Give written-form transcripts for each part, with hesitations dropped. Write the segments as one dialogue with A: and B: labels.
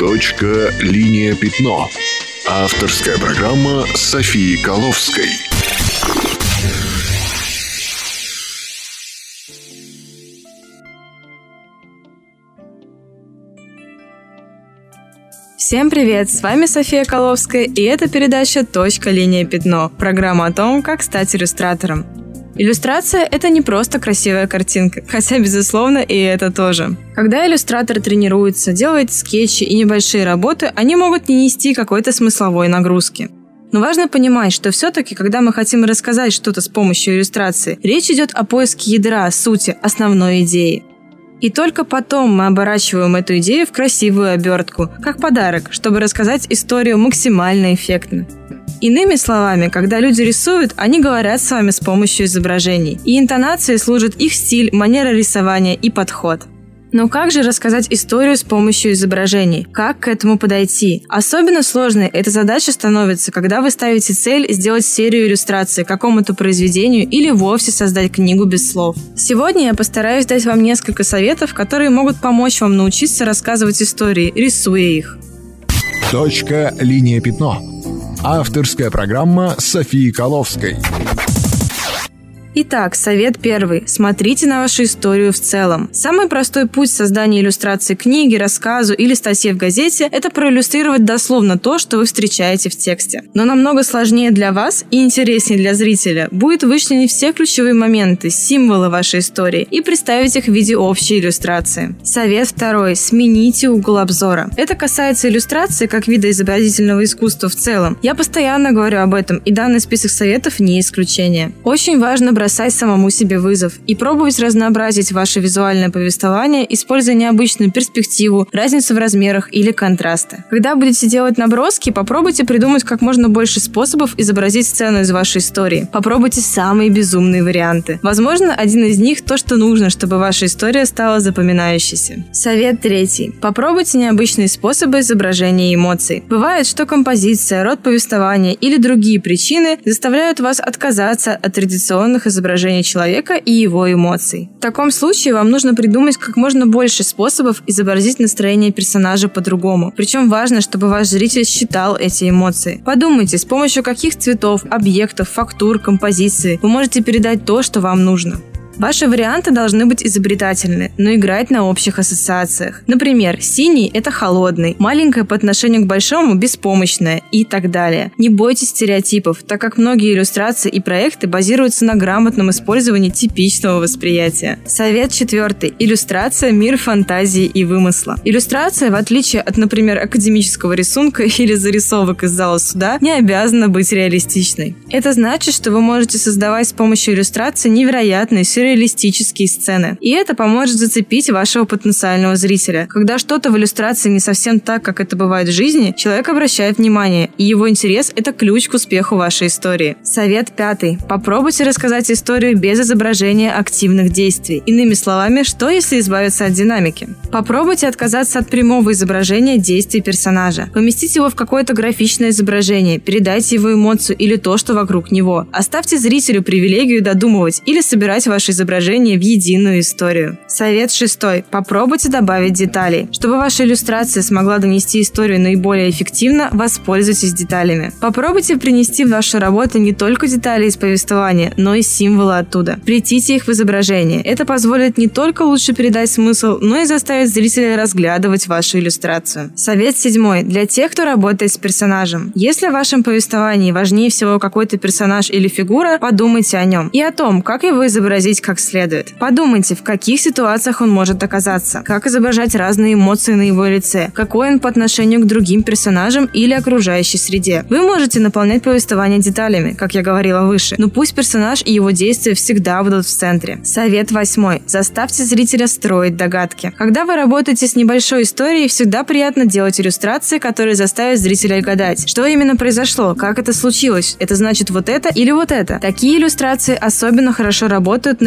A: Линия пятно. Авторская программа Софии Коловской.
B: Всем привет, с вами София Коловская, и это передача «Линия пятно», программа о том, как стать иллюстратором. Иллюстрация – это не просто красивая картинка, хотя, безусловно, и это тоже. Когда иллюстратор тренируется, делает скетчи и небольшие работы, они могут не нести какой-то смысловой нагрузки. Но важно понимать, что все-таки, когда мы хотим рассказать что-то с помощью иллюстрации, речь идет о поиске ядра, сути, основной идеи. И только потом мы оборачиваем эту идею в красивую обертку, как подарок, чтобы рассказать историю максимально эффектно. Иными словами, когда люди рисуют, они говорят с вами с помощью изображений, и интонации служат их стиль, манера рисования и подход. Но как же рассказать историю с помощью изображений? Как к этому подойти? Особенно сложной эта задача становится, когда вы ставите цель сделать серию иллюстраций к какому-то произведению или вовсе создать книгу без слов. Сегодня я постараюсь дать вам несколько советов, которые могут помочь вам научиться рассказывать истории, рисуя их.
A: Линия пятно. Авторская программа Софии Коловской.
B: Итак, совет первый. Смотрите на вашу историю в целом. Самый простой путь создания иллюстрации книги, рассказу или статьи в газете – это проиллюстрировать дословно то, что вы встречаете в тексте. Но намного сложнее для вас и интереснее для зрителя будет вычленить все ключевые моменты, символы вашей истории и представить их в виде общей иллюстрации. Совет второй. Смените угол обзора. Это касается иллюстрации как вида изобразительного искусства в целом. Я постоянно говорю об этом, и данный список советов не исключение. Очень важно бросать самому себе вызов и пробовать разнообразить ваше визуальное повествование, используя необычную перспективу, разницу в размерах или контрасты. Когда будете делать наброски, попробуйте придумать как можно больше способов изобразить сцену из вашей истории. Попробуйте самые безумные варианты. Возможно, один из них то, что нужно, чтобы ваша история стала запоминающейся. Совет третий. Попробуйте необычные способы изображения эмоций. Бывает, что композиция, род повествования или другие причины заставляют вас отказаться от традиционных изображения человека и его эмоций. В таком случае вам нужно придумать как можно больше способов изобразить настроение персонажа по-другому. Причем важно, чтобы ваш зритель считал эти эмоции. Подумайте, с помощью каких цветов, объектов, фактур, композиции вы можете передать то, что вам нужно. Ваши варианты должны быть изобретательны, но играть на общих ассоциациях. Например, синий – это холодный, маленькое по отношению к большому – беспомощное и так далее. Не бойтесь стереотипов, так как многие иллюстрации и проекты базируются на грамотном использовании типичного восприятия. Совет четвертый. Иллюстрация – мир фантазии и вымысла. Иллюстрация, в отличие от, например, академического рисунка или зарисовок из зала суда, не обязана быть реалистичной. Это значит, что вы можете создавать с помощью иллюстрации невероятные сюрреалистические сцены. И это поможет зацепить вашего потенциального зрителя. Когда что-то в иллюстрации не совсем так, как это бывает в жизни, человек обращает внимание, и его интерес – это ключ к успеху вашей истории. Совет пятый. Попробуйте рассказать историю без изображения активных действий. Иными словами, что если избавиться от динамики? Попробуйте отказаться от прямого изображения действий персонажа. Поместите его в какое-то графичное изображение, передайте его эмоцию или то, что вокруг него. Оставьте зрителю привилегию додумывать или собирать ваши изображение в единую историю. Совет шестой. Попробуйте добавить деталей. Чтобы ваша иллюстрация смогла донести историю наиболее эффективно, воспользуйтесь деталями. Попробуйте принести в вашу работу не только детали из повествования, но и символы оттуда. Вплетите их в изображение. Это позволит не только лучше передать смысл, но и заставить зрителя разглядывать вашу иллюстрацию. Совет седьмой. Для тех, кто работает с персонажем. Если в вашем повествовании важнее всего какой-то персонаж или фигура, подумайте о нем и о том, как его изобразить как следует. Подумайте, в каких ситуациях он может оказаться, как изображать разные эмоции на его лице, какой он по отношению к другим персонажам или окружающей среде. Вы можете наполнять повествование деталями, как я говорила выше, но пусть персонаж и его действия всегда будут в центре. Совет восьмой. Заставьте зрителя строить догадки. Когда вы работаете с небольшой историей, всегда приятно делать иллюстрации, которые заставят зрителя гадать, что именно произошло, как это случилось, это значит вот это или вот это. Такие иллюстрации особенно хорошо работают на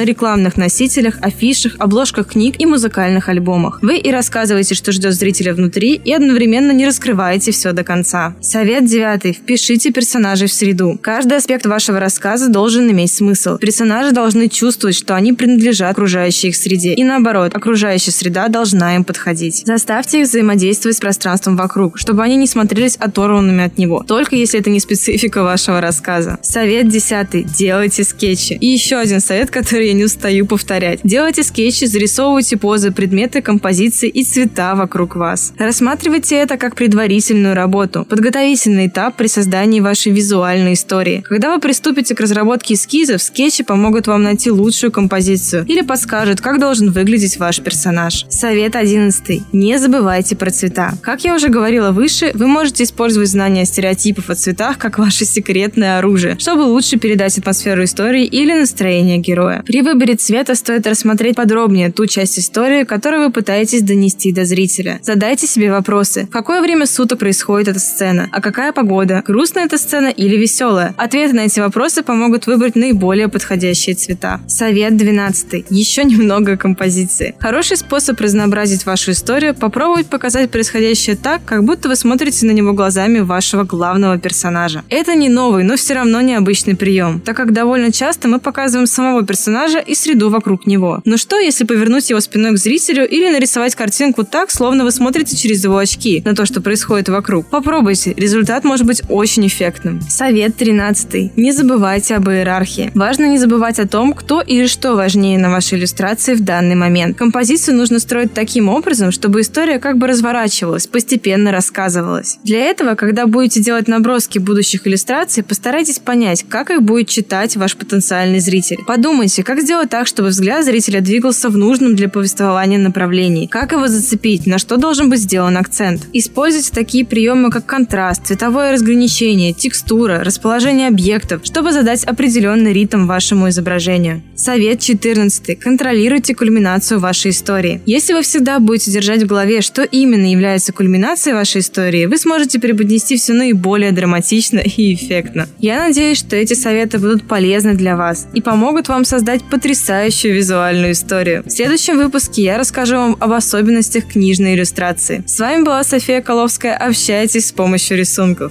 B: на рекламных носителях, афишах, обложках книг и музыкальных альбомах. Вы и рассказываете, что ждет зрителя внутри, и одновременно не раскрываете все до конца. Совет 9. Впишите персонажей в среду. Каждый аспект вашего рассказа должен иметь смысл. Персонажи должны чувствовать, что они принадлежат окружающей их среде. И наоборот, окружающая среда должна им подходить. Заставьте их взаимодействовать с пространством вокруг, чтобы они не смотрелись оторванными от него, только если это не специфика вашего рассказа. Совет 10. Делайте скетчи. И еще один совет, который я не устаю повторять. Делайте скетчи, зарисовывайте позы, предметы, композиции и цвета вокруг вас. Рассматривайте это как предварительную работу, подготовительный этап при создании вашей визуальной истории. Когда вы приступите к разработке эскизов, скетчи помогут вам найти лучшую композицию или подскажут, как должен выглядеть ваш персонаж. Совет 11. Не забывайте про цвета. Как я уже говорила выше, вы можете использовать знания стереотипов о цветах как ваше секретное оружие, чтобы лучше передать атмосферу истории или настроение героя. При выборе цвета стоит рассмотреть подробнее ту часть истории, которую вы пытаетесь донести до зрителя. Задайте себе вопросы. В какое время суток происходит эта сцена? А какая погода? Грустная эта сцена или веселая? Ответы на эти вопросы помогут выбрать наиболее подходящие цвета. Совет 12. Еще немного композиции. Хороший способ разнообразить вашу историю – попробовать показать происходящее так, как будто вы смотрите на него глазами вашего главного персонажа. Это не новый, но все равно необычный прием, так как довольно часто мы показываем самого персонажа и среду вокруг него. Но что, если повернуть его спиной к зрителю или нарисовать картинку так, словно вы смотрите через его очки на то, что происходит вокруг? Попробуйте, результат может быть очень эффектным. Совет 13. Не забывайте об иерархии. Важно не забывать о том, кто или что важнее на вашей иллюстрации в данный момент. Композицию нужно строить таким образом, чтобы история как бы разворачивалась, постепенно рассказывалась. Для этого, когда будете делать наброски будущих иллюстраций, постарайтесь понять, как их будет читать ваш потенциальный зритель. Подумайте, как сделать так, чтобы взгляд зрителя двигался в нужном для повествования направлении, как его зацепить, на что должен быть сделан акцент. Используйте такие приемы, как контраст, цветовое разграничение, текстура, расположение объектов, чтобы задать определенный ритм вашему изображению. Совет 14. Контролируйте кульминацию вашей истории. Если вы всегда будете держать в голове, что именно является кульминацией вашей истории, вы сможете преподнести все наиболее драматично и эффектно. Я надеюсь, что эти советы будут полезны для вас и помогут вам создать потрясающую визуальную историю. В следующем выпуске я расскажу вам об особенностях книжной иллюстрации. С вами была София Коловская. Общайтесь с помощью рисунков.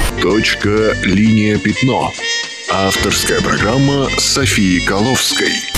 A: Точка, линия, пятно. Авторская программа Софии Коловской.